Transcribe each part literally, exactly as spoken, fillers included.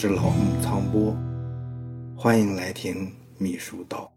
是老木苍波，欢迎来听秘书道。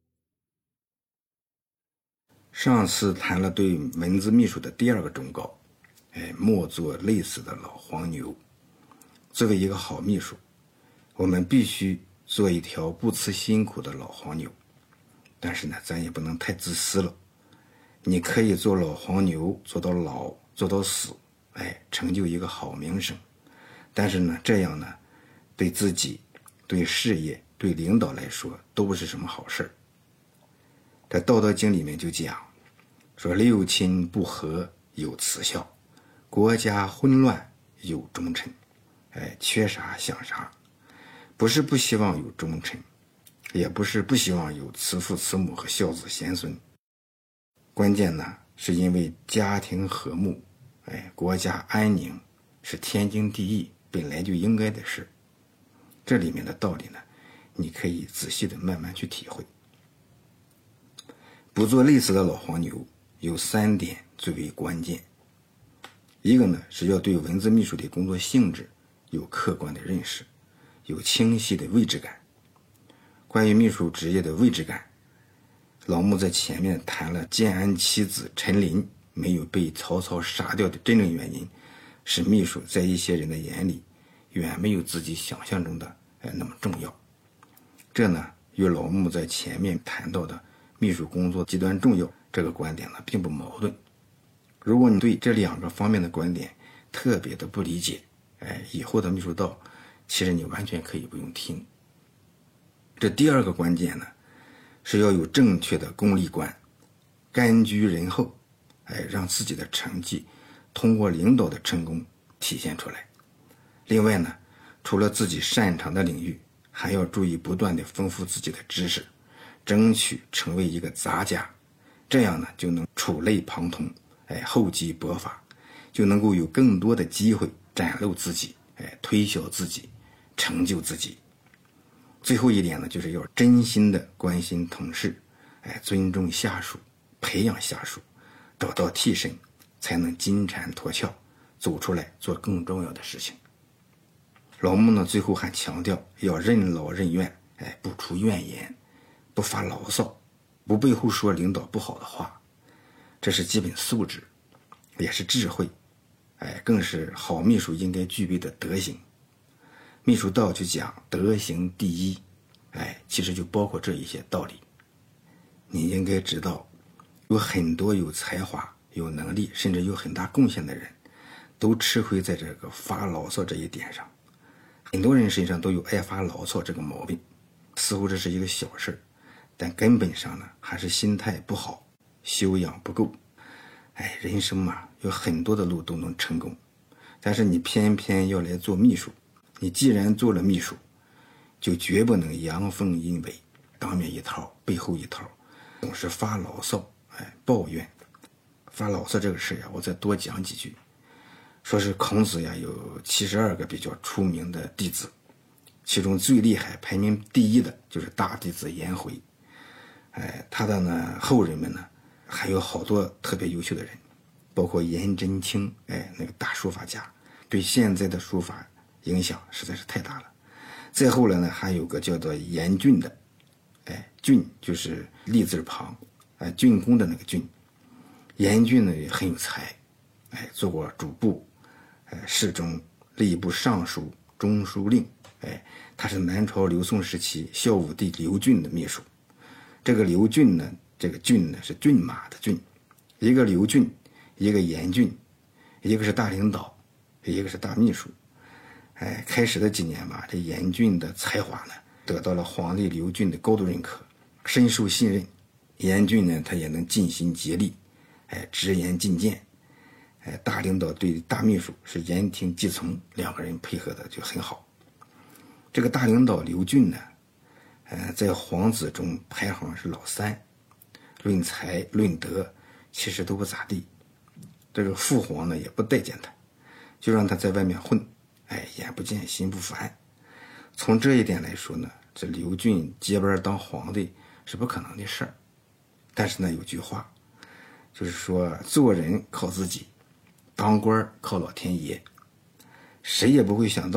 上次谈了对文字秘书的第二个忠告，哎，莫做累死的老黄牛。作为一个好秘书，我们必须做一条不辞辛苦的老黄牛，但是呢，咱也不能太自私了。你可以做老黄牛，做到老，做到死，哎，成就一个好名声。但是呢，这样呢，对自己、对事业、对领导来说，都不是什么好事。在《道德经》里面就讲说，六亲不和有慈孝，国家混乱有忠臣。哎，缺啥想啥，不是不希望有忠臣，也不是不希望有慈父慈母和孝子贤孙。关键呢，是因为家庭和睦，哎，国家安宁是天经地义，本来就应该的事。这里面的道理呢，你可以仔细的慢慢去体会。不做累死的老黄牛，有三点最为关键。一个呢，是要对文字秘书的工作性质有客观的认识，有清晰的位置感。关于秘书职业的位置感，老木在前面谈了建安七子陈琳没有被曹操杀掉的真正原因，是秘书在一些人的眼里远没有自己想象中的哎那么重要。这呢，与老木在前面谈到的秘书工作极端重要这个观点呢并不矛盾。如果你对这两个方面的观点特别的不理解，哎，以后的秘书道其实你完全可以不用听。这第二个关键呢，是要有正确的功利观，甘居人后，哎，让自己的成绩通过领导的成功体现出来。另外呢，除了自己擅长的领域，还要注意不断的丰富自己的知识，争取成为一个杂家，这样呢就能触类旁通，哎，厚积薄发，就能够有更多的机会展露自己，哎，推销自己，成就自己。最后一点呢，就是要真心的关心同事，哎，尊重下属，培养下属，找到替身，才能金蝉脱壳，走出来做更重要的事情。老木呢，最后还强调要任劳任怨，哎，不出怨言，不发牢骚，不背后说领导不好的话，这是基本素质，也是智慧，哎，更是好秘书应该具备的德行。秘书道就讲德行第一，哎，其实就包括这一些道理。你应该知道，有很多有才华、有能力，甚至有很大贡献的人，都吃亏在这个发牢骚这一点上。很多人身上都有爱发牢骚这个毛病，似乎这是一个小事，但根本上呢，还是心态不好，修养不够。哎，人生嘛，有很多的路都能成功，但是你偏偏要来做秘书。你既然做了秘书，就绝不能阳奉阴违，当面一套背后一套，总是发牢骚，哎，抱怨。发牢骚这个事呀，我再多讲几句。说是孔子呀有七十二个比较出名的弟子，其中最厉害排名第一的就是大弟子颜回。哎，他的呢后人们呢还有好多特别优秀的人，包括颜真卿，哎，那个大书法家，对现在的书法影响实在是太大了。再后来呢，还有个叫做颜俊的，哎，俊就是立字旁，哎，竣工的那个俊。颜俊呢也很有才，哎，做过主簿，哎，侍中，吏部尚书、中书令，哎，他是南朝刘宋时期孝武帝刘俊的秘书。这个刘俊呢，这个俊呢是骏马的骏，一个刘俊，一个颜俊，一个是大领导，一个是大秘书。哎，开始的几年吧，这颜俊的才华呢，得到了皇帝刘俊的高度认可，深受信任。颜俊呢，他也能尽心竭力，哎，直言进谏。哎，大领导对大秘书是言听计从，两个人配合的就很好。这个大领导刘俊呢，呃，在皇子中排行是老三，论才论德其实都不咋地。这个父皇呢也不待见他，就让他在外面混，哎，眼不见心不烦。从这一点来说呢，这刘俊接班当皇帝是不可能的事儿。但是呢，有句话就是说，做人靠自己，当官靠老天爷。谁也不会想到，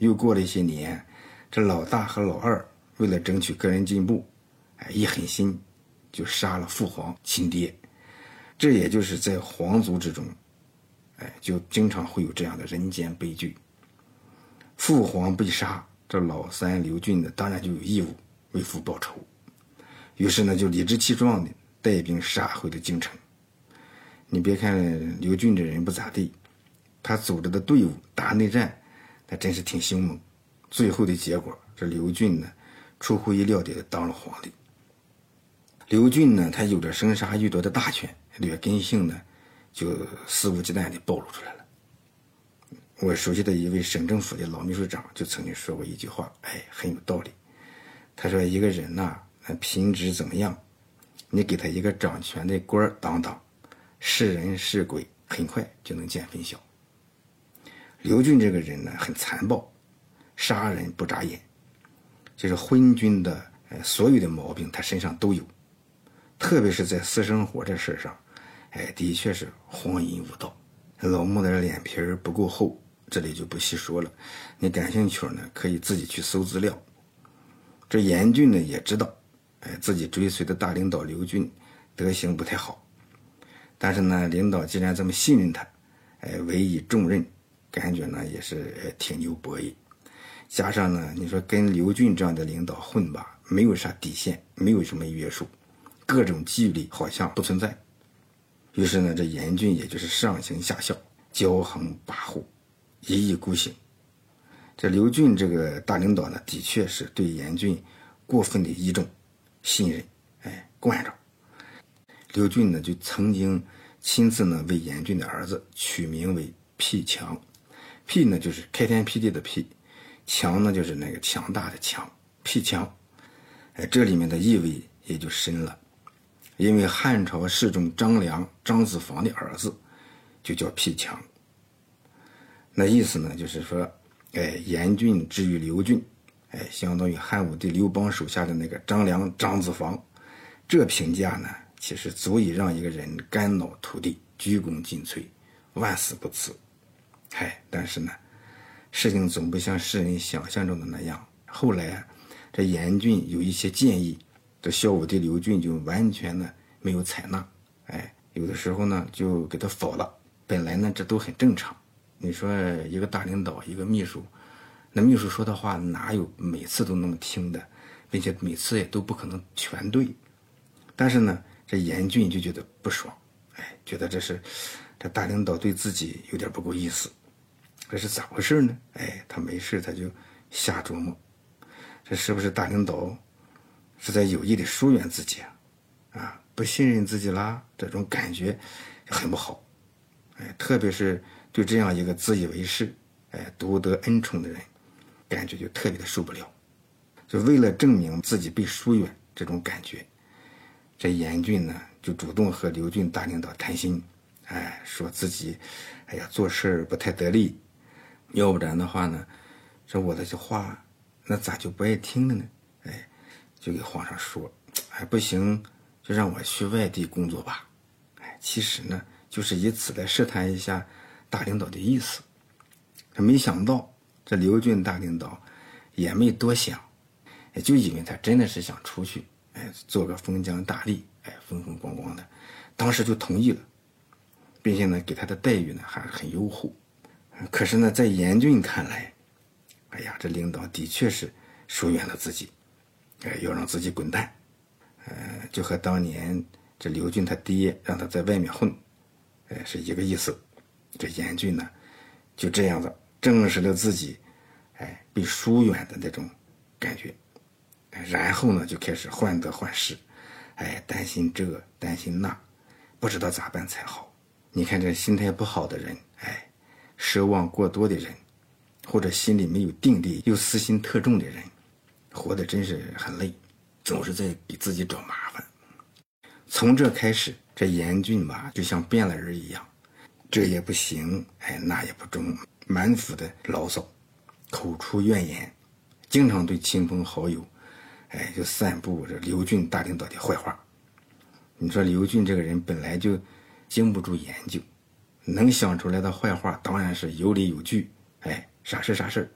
又过了一些年，这老大和老二为了争取个人进步，哎，一狠心就杀了父皇亲爹。这也就是在皇族之中，哎，就经常会有这样的人间悲剧。父皇被杀，这老三刘俊呢，当然就有义务为父报仇。于是呢，就理直气壮的带兵杀回了京城。你别看刘俊这人不咋地，他组织的队伍打内战，那真是挺凶猛。最后的结果，这刘俊呢，出乎意料的当了皇帝。刘俊呢，他有着生杀予夺的大权，劣根性呢，就肆无忌惮地暴露出来了。我熟悉的一位省政府的老秘书长就曾经说过一句话，哎，很有道理。他说一个人呐、啊，品质怎么样，你给他一个掌权的官当当，是人是鬼很快就能见分晓。刘俊这个人呢，很残暴，杀人不眨眼，就是昏君的呃所有的毛病他身上都有，特别是在私生活这事上，哎，的确是荒淫无道。老穆的脸皮儿不够厚，这里就不细说了，你感兴趣呢，可以自己去搜资料。这严俊呢也知道，哎，自己追随的大领导刘俊德行不太好，但是呢，领导既然这么信任他，哎，委以重任，感觉呢也是呃挺牛博弈。加上呢，你说跟刘俊这样的领导混吧，没有啥底线，没有什么约束，各种纪律好像不存在。于是呢，这严俊也就是上行下效，骄横跋扈，一意孤行。这刘俊这个大领导呢，的确是对严俊过分的倚重、信任，哎，惯着。刘俊呢，就曾经亲自呢为严俊的儿子取名为辟强。辟呢就是开天辟地的辟，强呢就是那个强大的强，辟强。哎，这里面的意味也就深了。因为汉朝世宗张良、张子房的儿子就叫辟强。那意思呢，就是说，哎，严俊之于刘俊，哎，相当于汉武帝刘邦手下的那个张良、张子房。这评价呢，其实足以让一个人肝脑涂地、鞠躬尽瘁、万死不辞。哎，但是呢，事情总不像世人想象中的那样。后来啊，这严俊有一些建议，这孝武帝刘俊就完全呢没有采纳。哎，有的时候呢就给他否了。本来呢这都很正常。你说一个大领导，一个秘书，那秘书说的话哪有每次都那么听的，并且每次也都不可能全对。但是呢，这严俊就觉得不爽，哎，觉得这是这大领导对自己有点不够意思。这是咋回事呢？哎，他没事他就瞎琢磨，这是不是大领导是在有意的疏远自己啊？啊，不信任自己啦，这种感觉很不好。哎，特别是对这样一个自以为是、哎独得恩宠的人，感觉就特别的受不了。就为了证明自己被疏远这种感觉，这严俊呢就主动和刘俊大领导谈心，哎，说自己哎呀做事不太得力，要不然的话呢，这我的这话那咋就不爱听了呢？哎，就给皇上说，哎，不行，就让我去外地工作吧。哎，其实呢，就是以此来试探一下大领导的意思。没想到这刘俊大领导也没多想，也就以为他真的是想出去，哎，做个封疆大吏，哎，风风光光的，当时就同意了，并且呢，给他的待遇呢还很优厚。可是呢，在严俊看来，哎呀，这领导的确是疏远了自己，哎，要让自己滚蛋，呃，就和当年这刘俊他爹让他在外面混，哎，是一个意思。这严俊呢，就这样子证实了自己，哎，被疏远的那种感觉，然后呢，就开始患得患失，哎，担心这，担心那，不知道咋办才好。你看这心态不好的人，哎，奢望过多的人，或者心里没有定力又私心特重的人，活得真是很累，总是在给自己找麻烦。从这开始，这严俊吧，就像变了人一样，这也不行，哎，那也不中，满腹的牢骚，口出怨言，经常对亲朋好友，哎，就散布这刘俊大领导的坏话。你说刘俊这个人本来就经不住研究，能想出来的坏话当然是有理有据，哎，啥事啥事，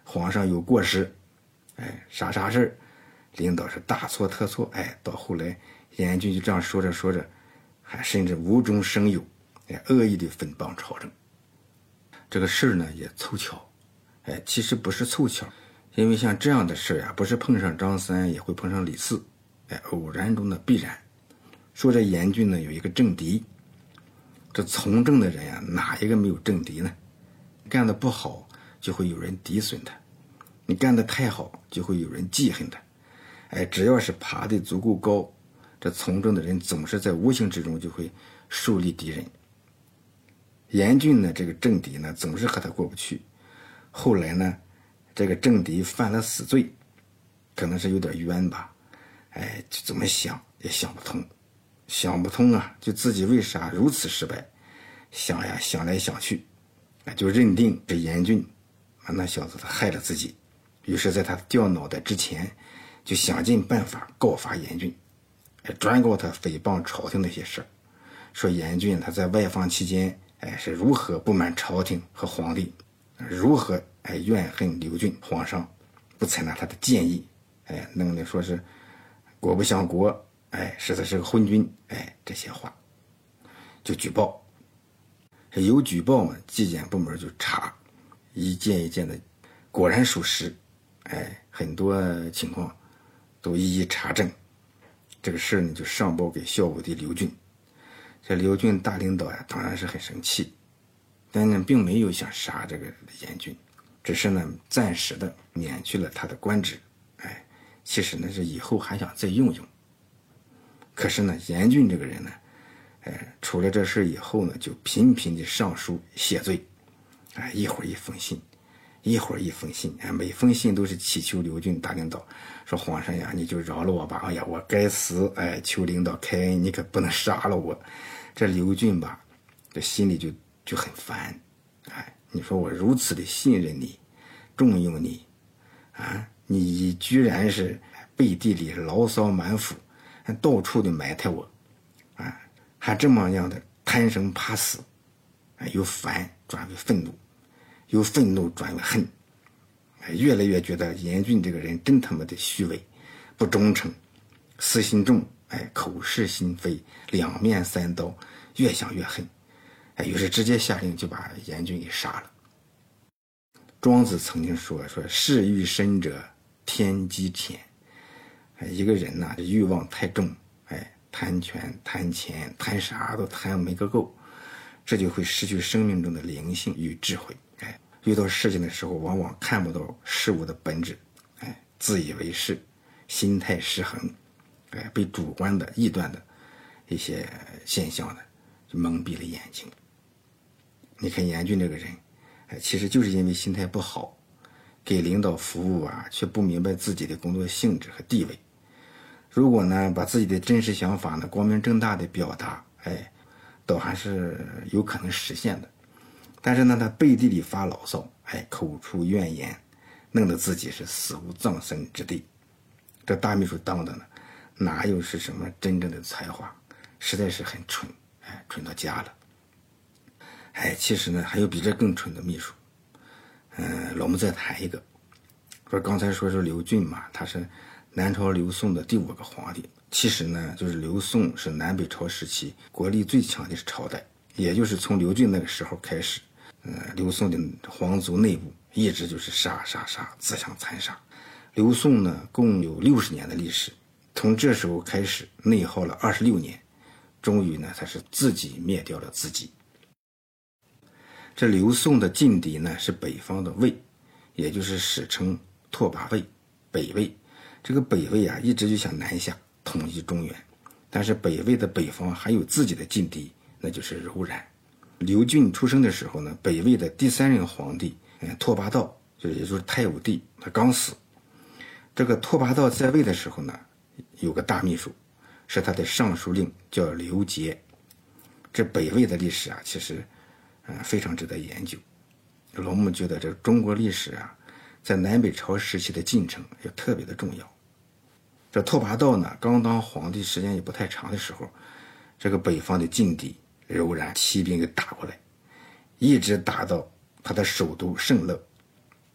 皇上有过失，哎，啥啥事儿，领导是大错特错，哎，到后来严峻就这样说着说着，还甚至无中生有，哎，恶意的诽谤朝政。这个事儿呢也凑巧，哎，其实不是凑巧，因为像这样的事儿呀，不是碰上张三也会碰上李四，哎，偶然中的必然。说这严峻呢有一个政敌，这从政的人呀，哪一个没有政敌呢？干得不好就会有人诋损他，你干得太好就会有人记恨他。哎，只要是爬得足够高，这从政的人总是在无形之中就会树立敌人。严峻呢这个政敌呢总是和他过不去，后来呢这个政敌犯了死罪，可能是有点冤吧，哎，就怎么想也想不通，想不通啊，就自己为啥如此失败，想呀想来想去，就认定这严峻啊那小子他害了自己，于是在他掉脑袋之前就想尽办法告发严峻，哎，专告他诽谤朝廷那些事儿，说严峻他在外放期间哎是如何不满朝廷和皇帝，如何哎怨恨刘俊皇上不采纳他的建议，哎弄得说是国不相国，哎实在是个昏君，哎这些话就举报。有举报嘛，纪检部门就查，一件一件的果然属实，哎很多情况都一一查证。这个事呢就上报给校武帝刘俊。这刘俊大领导呀当然是很生气，但呢并没有想杀这个严峻，只是呢暂时的免去了他的官职，哎其实呢是以后还想再用用。可是呢严峻这个人呢哎，出了这事以后呢，就频频的上书谢罪，哎，一会儿一封信，一会儿一封信，哎，每封信都是祈求刘俊大领导说皇上呀，你就饶了我吧，哎呀，我该死，哎，求领导开恩，你可不能杀了我。这刘俊吧，这心里就就很烦，哎，你说我如此的信任你，重用你，啊，你居然是背地里牢骚满腹，到处的埋汰我，啊。还这么样的贪生怕死，由烦转为愤怒，由愤怒转为恨，越来越觉得严峻这个人真他妈的虚伪不忠诚，私心重，哎，口是心非，两面三刀，越想越恨，哎，于是直接下令就把严峻给杀了。庄子曾经说说事欲深者天机浅，一个人呐、啊、欲望太重，哎，贪权贪钱贪啥都贪没个够，这就会失去生命中的灵性与智慧。哎，遇到事情的时候往往看不到事物的本质，哎，自以为是，心态失衡，哎，被主观的臆断的一些现象呢就蒙蔽了眼睛。你看严峻这个人，哎，其实就是因为心态不好，给领导服务啊，却不明白自己的工作性质和地位。如果呢把自己的真实想法呢光明正大的表达，哎，倒还是有可能实现的。但是呢他背地里发牢骚，哎，口出怨言，弄得自己是死无葬身之地。这大秘书当的呢哪有是什么真正的才华，实在是很蠢，哎，蠢到家了。哎，其实呢还有比这更蠢的秘书。嗯，我们再谈一个，说刚才说是刘俊嘛，他是南朝刘宋的第五个皇帝。其实呢就是刘宋是南北朝时期国力最强的朝代，也就是从刘俊那个时候开始，呃，刘宋的皇族内部一直就是杀杀杀，自相残杀。刘宋呢共有六十年的历史，从这时候开始内耗了二十六年，终于呢他是自己灭掉了自己。这刘宋的劲敌呢是北方的魏，也就是史称拓跋魏，北魏。这个北魏啊一直就想南下统一中原，但是北魏的北方还有自己的劲敌，那就是柔然。刘俊出生的时候呢，北魏的第三任皇帝呃拓跋道，就也就是太武帝，他刚死。这个拓跋道在位的时候呢，有个大秘书是他的尚书令，叫刘杰。这北魏的历史啊其实呃非常值得研究。我们觉得这中国历史啊在南北朝时期的进程也特别的重要。这拓跋道呢刚当皇帝时间也不太长的时候，这个北方的劲敌柔然骑兵给打过来，一直打到他的首都圣乐。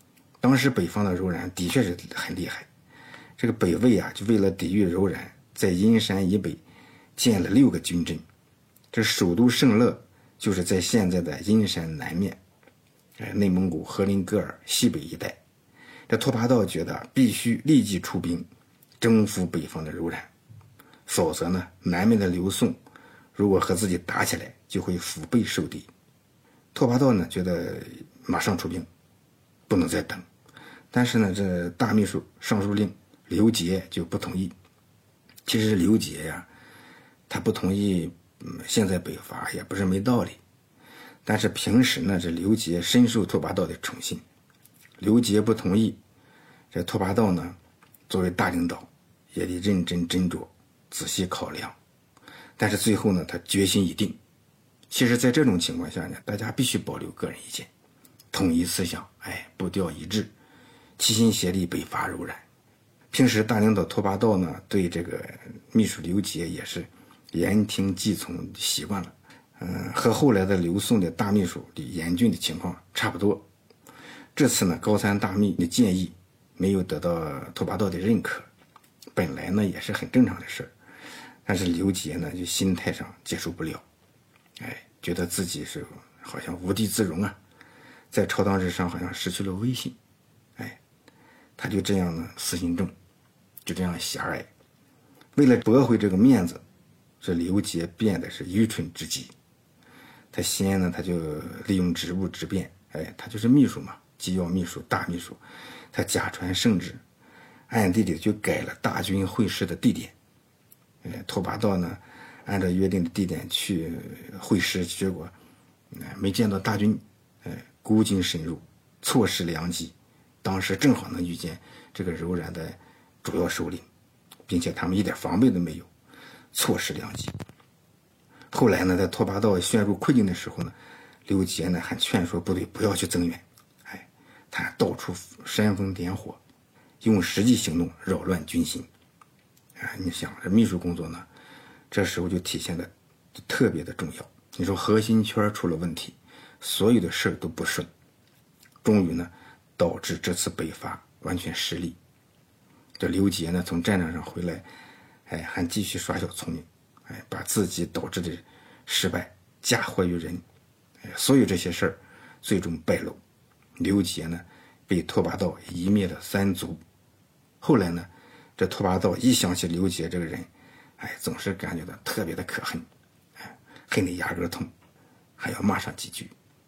当时北方的柔然的确是很厉害，这个北魏啊，就为了抵御柔然，在阴山以北建了六个军镇。这首都圣乐就是在现在的阴山南面，内蒙古锡林戈尔西北一带。这拓跋道觉得必须立即出兵征服北方的柔然，否则呢，南面的刘宋如果和自己打起来，就会腹背受敌。拓跋道呢觉得马上出兵，不能再等。但是呢，这大秘书尚书令刘杰就不同意。其实刘杰呀，他不同意，嗯，现在北伐也不是没道理。但是平时呢，这刘杰深受拓跋道的宠信，刘杰不同意，这拓跋道呢，作为大领导，也得认真斟酌，仔细考量。但是最后呢，他决心已定。其实在这种情况下呢，大家必须保留个人意见，统一思想，哎，步调一致，齐心协力北伐柔然。平时大领导拓跋道呢，对这个秘书刘杰也是言听计从习惯了，嗯，和后来的刘宋的大秘书李延俊的情况差不多。这次呢，高参大秘的建议没有得到拓跋道的认可，本来呢也是很正常的事，但是刘杰呢就心态上接受不了，哎，觉得自己是好像无地自容啊，在朝堂之上好像失去了威信，哎，他就这样呢私心重，就这样狭隘。为了驳回这个面子，这刘杰变得是愚蠢至极。他先呢，他就利用职务之便，哎，他就是秘书嘛，机要秘书、大秘书，他假传圣旨，暗地里就改了大军会师的地点。哎，拓跋道呢，按照约定的地点去会师，结果、哎、没见到大军，哎，孤军深入，错失良机。当时正好能遇见这个柔然的主要首领，并且他们一点防备都没有，错失良机。后来呢，在拓跋道陷入困境的时候呢，刘杰呢还劝说部队不要去增援，哎，他到处煽风点火，用实际行动扰乱军心。啊，你想这秘书工作呢，这时候就体现的特别的重要。你说核心圈出了问题，所有的事都不顺，终于呢导致这次北伐完全失利。这刘杰呢从战场上回来，哎，还继续耍小聪明，哎，把自己导致的失败嫁祸于人，哎，所有这些事儿最终败露。刘杰呢被拓跋道夷灭了三族。后来呢，这拓跋道一想起刘杰这个人，哎，总是感觉到特别的可恨，哎，恨得牙根痛，还要骂上几句。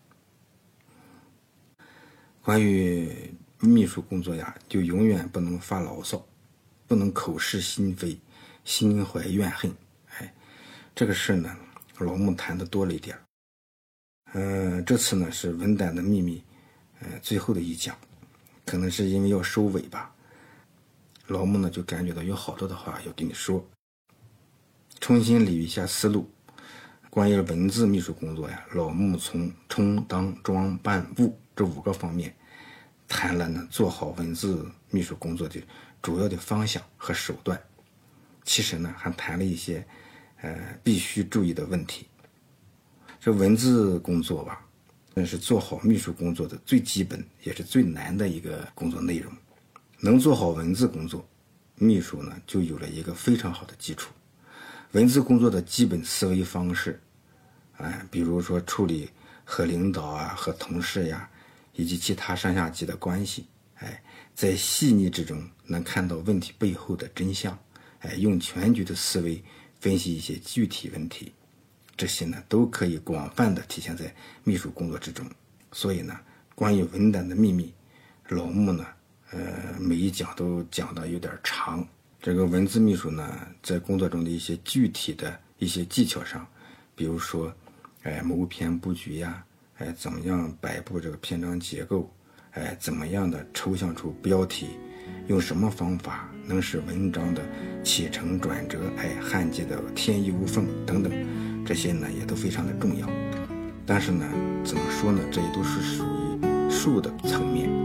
关于秘书工作呀，就永远不能发牢骚，不能口是心非，心怀怨恨。哎，这个事呢，老穆谈的多了一点。呃，这次呢是文胆的秘密，呃，最后的一讲，可能是因为要收尾吧。老穆呢就感觉到有好多的话要跟你说，重新理一下思路。关于文字秘书工作呀，老穆从充当装办务这五个方面谈了呢做好文字秘书工作的主要的方向和手段。其实呢还谈了一些呃必须注意的问题。这文字工作吧，那是做好秘书工作的最基本也是最难的一个工作内容。能做好文字工作，秘书呢就有了一个非常好的基础。文字工作的基本思维方式，哎，比如说处理和领导啊、和同事呀，以及其他上下级的关系，哎，在细腻之中能看到问题背后的真相，哎，用全局的思维分析一些具体问题，这些呢都可以广泛的体现在秘书工作之中。所以呢，关于文胆的秘密，老穆呢呃，每一讲都讲的有点长。这个文字秘书呢，在工作中的一些具体的一些技巧上，比如说，哎，谋篇布局呀，哎，怎么样摆布这个篇章结构，哎，怎么样的抽象出标题，用什么方法能使文章的起承转折，哎，焊接的天衣无缝等等，这些呢也都非常的重要。但是呢，怎么说呢，这也都是属于术的层面。